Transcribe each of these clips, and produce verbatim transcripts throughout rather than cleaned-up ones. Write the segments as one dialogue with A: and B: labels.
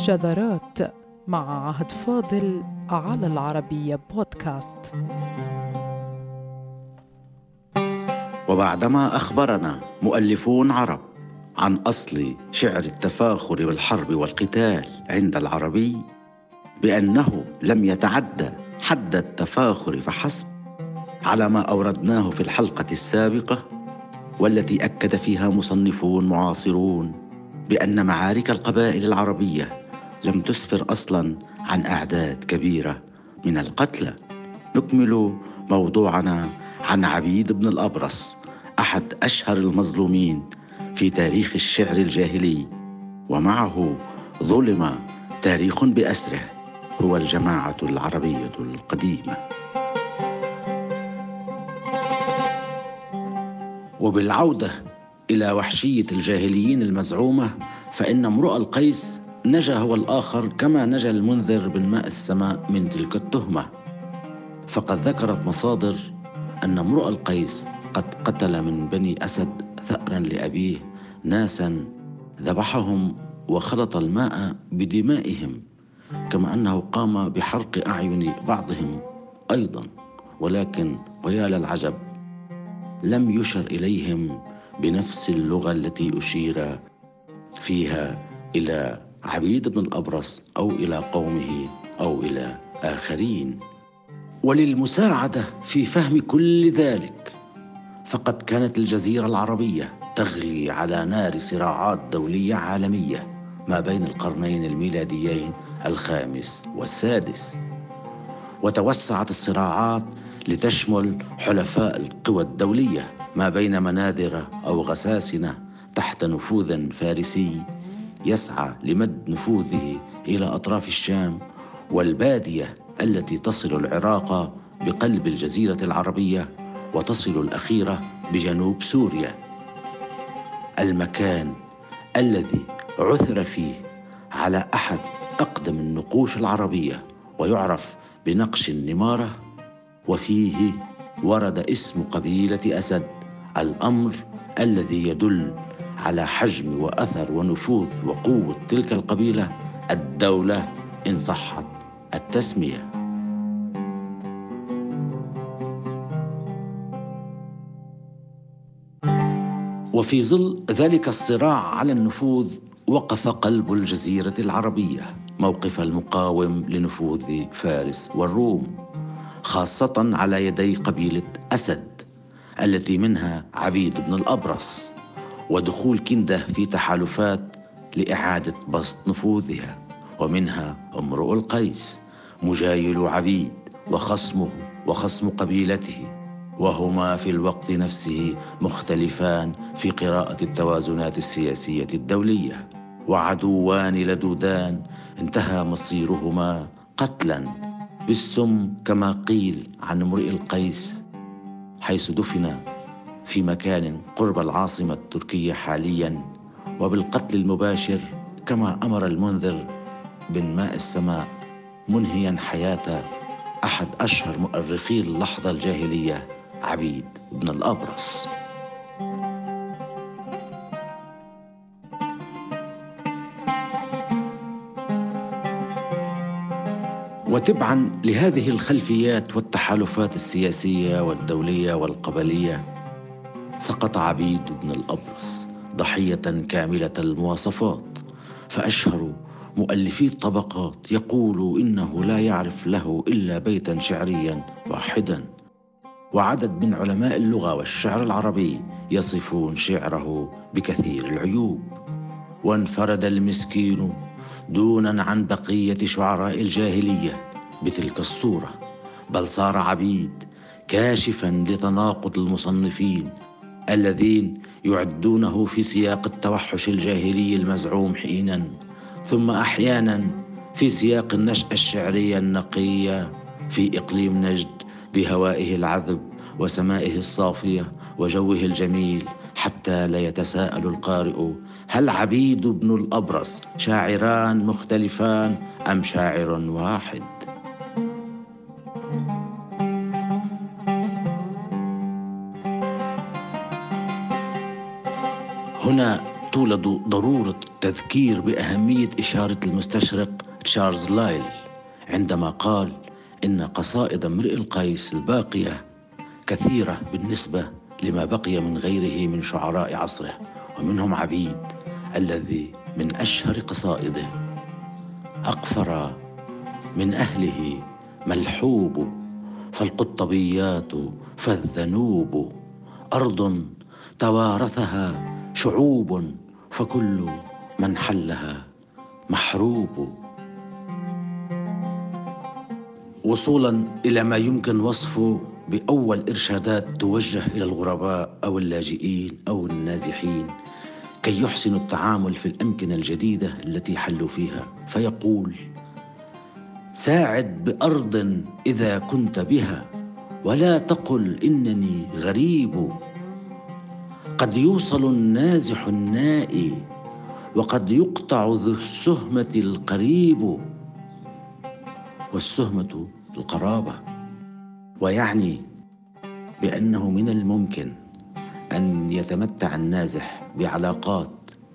A: شذرات مع عهد فاضل على العربية بودكاست.
B: وبعدما أخبرنا مؤلفون عرب عن أصل شعر التفاخر والحرب والقتال عند العربي بأنه لم يتعدى حد التفاخر فحسب على ما أوردناه في الحلقة السابقة، والتي أكد فيها مصنفون معاصرون بأن معارك القبائل العربية لم تسفر أصلاً عن أعداد كبيرة من القتلى. نكمل موضوعنا عن عبيد بن الأبرص، أحد أشهر المظلومين في تاريخ الشعر الجاهلي، ومعه ظلم تاريخ بأسره، هو الجماعة العربية القديمة. وبالعودة إلى وحشية الجاهليين المزعومة، فإن امرؤ القيس نجا هو الآخر كما نجا المنذر بن ماء السماء من تلك التهمة. فقد ذكرت مصادر أن امرؤ القيس قد قتل من بني أسد ثأرا لأبيه ناسا، ذبحهم وخلط الماء بدمائهم، كما أنه قام بحرق أعين بعضهم أيضا، ولكن ويا للعجب لم يشر إليهم بنفس اللغة التي أشير فيها إلى عبيد بن الأبرص أو إلى قومه أو إلى آخرين. وللمساعدة في فهم كل ذلك، فقد كانت الجزيرة العربية تغلي على نار صراعات دولية عالمية ما بين القرنين الميلاديين الخامس والسادس، وتوسعت الصراعات لتشمل حلفاء القوى الدولية ما بين مناذرة أو غساسنة تحت نفوذ فارسي يسعى لمد نفوذه إلى أطراف الشام والبادية التي تصل العراق بقلب الجزيرة العربية، وتصل الأخيرة بجنوب سوريا، المكان الذي عثر فيه على أحد أقدم النقوش العربية ويعرف بنقش النمارة، وفيه ورد اسم قبيلة أسد، الأمر الذي يدل على حجم وأثر ونفوذ وقوة تلك القبيلة الدولة إن صحت التسمية. وفي ظل ذلك الصراع على النفوذ وقف قلب الجزيرة العربية موقف المقاوم لنفوذ فارس والروم، خاصة على يدي قبيلة أسد التي منها عبيد بن الأبرص، ودخول كنده في تحالفات لإعادة بسط نفوذها، ومنها امرؤ القيس مجايل عبيد وخصمه وخصم قبيلته، وهما في الوقت نفسه مختلفان في قراءة التوازنات السياسية الدولية، وعدوان لدودان انتهى مصيرهما قتلا بالسم كما قيل عن امرئ القيس، حيث دفن في مكان قرب العاصمة التركية حاليا، وبالقتل المباشر كما أمر المنذر بن ماء السماء، منهيا حياة أحد أشهر مؤرخي اللحظة الجاهلية عبيد بن الأبرص. وتبعا لهذه الخلفيات والتحالفات السياسية والدولية والقبلية، سقط عبيد بن الأبرص ضحية كاملة المواصفات، فأشهر مؤلفي الطبقات يقول إنه لا يعرف له إلا بيتا شعريا واحدا، وعدد من علماء اللغة والشعر العربي يصفون شعره بكثير العيوب. وانفرد المسكين دونا عن بقية شعراء الجاهلية بتلك الصورة، بل صار عبيد كاشفا لتناقض المصنفين الذين يعدونه في سياق التوحش الجاهلي المزعوم حينا، ثم أحيانا في سياق النشأة الشعرية النقية في إقليم نجد بهوائه العذب وسمائه الصافية وجوه الجميل، حتى لا يتساءل القارئ: هل عبيد بن الأبرص شاعران مختلفان أم شاعر واحد؟ هنا تولد ضرورة التذكير بأهمية إشارة المستشرق تشارلز لايل عندما قال إن قصائد امرئ القيس الباقية كثيرة بالنسبة لما بقي من غيره من شعراء عصره، ومنهم عبيد الذي من أشهر قصائده: أقفر من أهله ملحوب، فالقطبيات فالذنوب، أرض توارثها شعوب، فكل من حلها محروب. وصولا إلى ما يمكن وصفه بأول إرشادات توجه إلى الغرباء أو اللاجئين أو النازحين كي يحسنوا التعامل في الأمكنة الجديدة التي حلوا فيها، فيقول: ساعد بأرض إذا كنت بها، ولا تقل إنني غريب، قد يوصل النازح النائي، وقد يقطع ذو السهمة القريب. والسهمة القرابة، ويعني بأنه من الممكن أن يتمتع النازح بعلاقات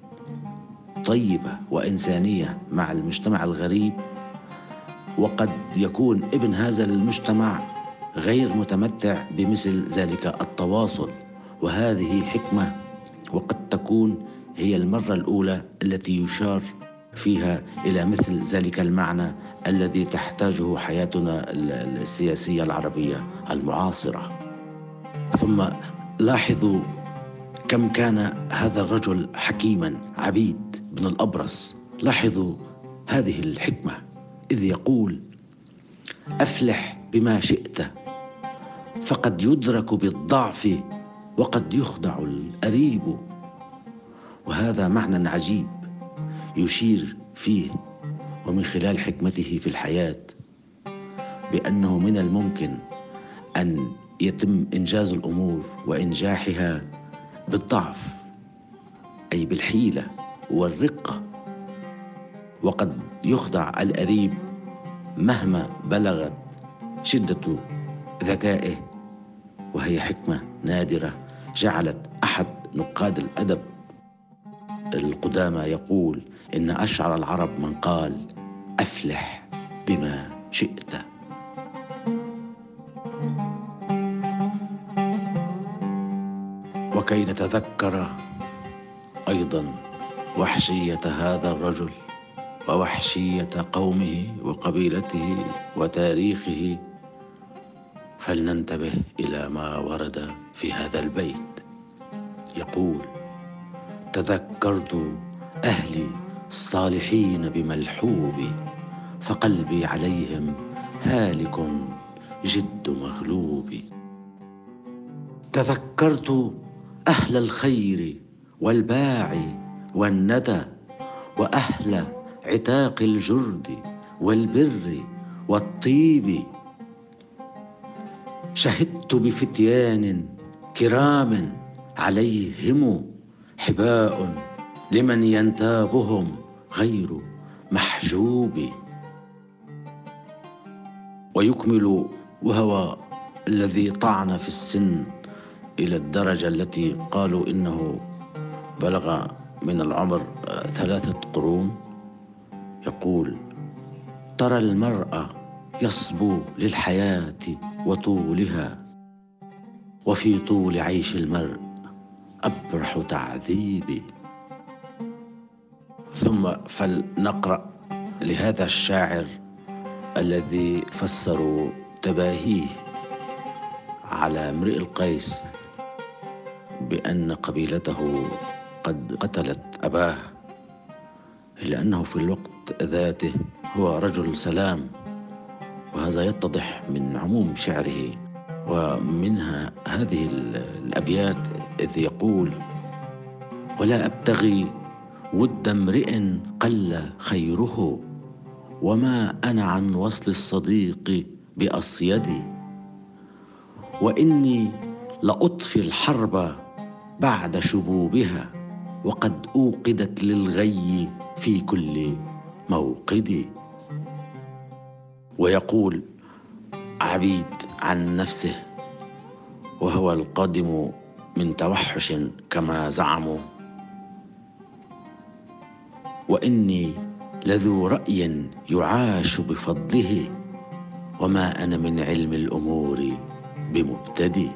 B: طيبة وإنسانية مع المجتمع الغريب، وقد يكون ابن هذا المجتمع غير متمتع بمثل ذلك التواصل. وهذه حكمة، وقد تكون هي المرة الأولى التي يشار فيها إلى مثل ذلك المعنى الذي تحتاجه حياتنا السياسية العربية المعاصرة. ثم لاحظوا كم كان هذا الرجل حكيما، عبيد بن الأبرص. لاحظوا هذه الحكمة إذ يقول: أفلح بما شئت، فقد يدرك بالضعف وقد يخدع القريب. وهذا معنى عجيب يشير فيه ومن خلال حكمته في الحياة بأنه من الممكن أن يتم إنجاز الأمور وإنجاحها بالضعف، أي بالحيلة والرقة، وقد يخدع القريب مهما بلغت شدة ذكائه. وهي حكمة نادرة جعلت أحد نقاد الأدب القدامى يقول إن أشعر العرب من قال: أفلح بما شئت. وكي نتذكر أيضا وحشية هذا الرجل ووحشية قومه وقبيلته وتاريخه، فلننتبه إلى ما ورد في هذا البيت. يقول: تذكرت أهلي الصالحين بملحوبي، فقلبي عليهم هالك جد مغلوب. تذكرت أهل الخير والباع والندى، وأهل عتاق الجرد والبر والطيب. شهدت بفتيان كرام عليهم حباء، لمن ينتابهم غير محجوب. ويكمل: وهو الذي طعن في السن إلى الدرجة التي قالوا إنه بلغ من العمر ثلاثة قرون. يقول: ترى المرء يصبو للحياة وطولها، وفي طول عيش المرء أبرح تعذيبي. ثم فلنقرأ لهذا الشاعر الذي فسروا تباهيه على امرئ القيس بأن قبيلته قد قتلت أباه، إلا أنه في الوقت ذاته هو رجل سلام. وهذا يتضح من عموم شعره، ومنها هذه الأبيات إذ يقول: ولا أبتغي ود امرئ قل خيره، وما أنا عن وصل الصديق بأصيدي، وإني لأطفي الحرب بعد شبوبها، وقد أوقدت للغي في كل موقدي. ويقول عبيد عن نفسه وهو القادم من توحش كما زعموا: وإني لذو رأي يعاش بفضله، وما أنا من علم الأمور بمبتدئ.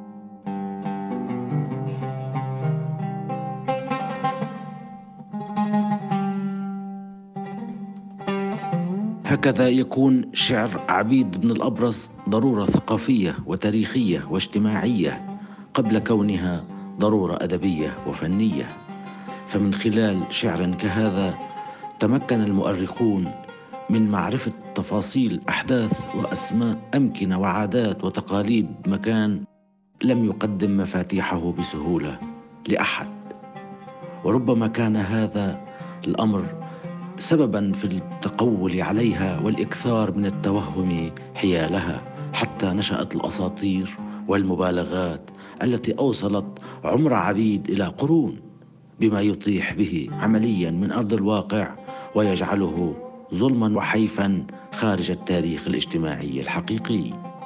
B: هكذا يكون شعر عبيد بن الأبرص ضرورة ثقافية وتاريخية واجتماعية قبل كونها ضرورة أدبية وفنية. فمن خلال شعر كهذا تمكن المؤرخون من معرفة تفاصيل أحداث وأسماء أمكنة وعادات وتقاليد مكان لم يقدم مفاتيحه بسهولة لأحد. وربما كان هذا الأمر سبباً في التقول عليها والإكثار من التوهم حيالها، حتى نشأت الأساطير والمبالغات التي أوصلت عمر عبيد إلى قرون، بما يطيح به عملياً من أرض الواقع ويجعله ظلماً وحيفاً خارج التاريخ الاجتماعي الحقيقي.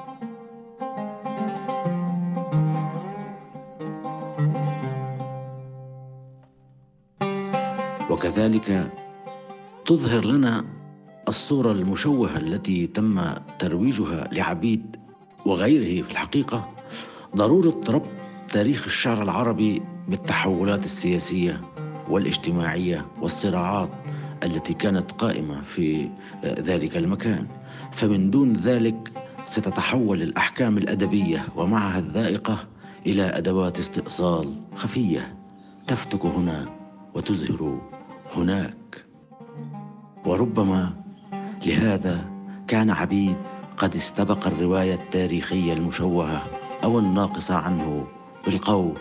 B: وكذلك تظهر لنا الصورة المشوهة التي تم ترويجها لعبيد وغيره في الحقيقة ضرورة ربط تاريخ الشعر العربي بالتحولات السياسية والاجتماعية والصراعات التي كانت قائمة في ذلك المكان. فمن دون ذلك ستتحول الأحكام الأدبية ومعها الذائقة إلى أدوات استئصال خفية تفتك هنا وتزهر هناك. وربما لهذا كان عبيد قد استبق الرواية التاريخية المشوهة أو الناقصة عنه بالقول: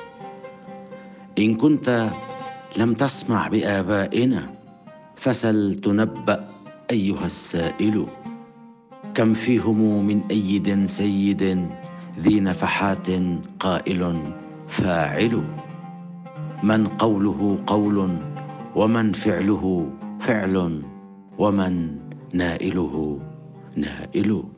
B: إن كنت لم تسمع بآبائنا فسل تنبأ أيها السائل، كم فيهم من أيد سيد ذي نفحات قائل فاعل، من قوله قول ومن فعله فعل ومن نائله نائل.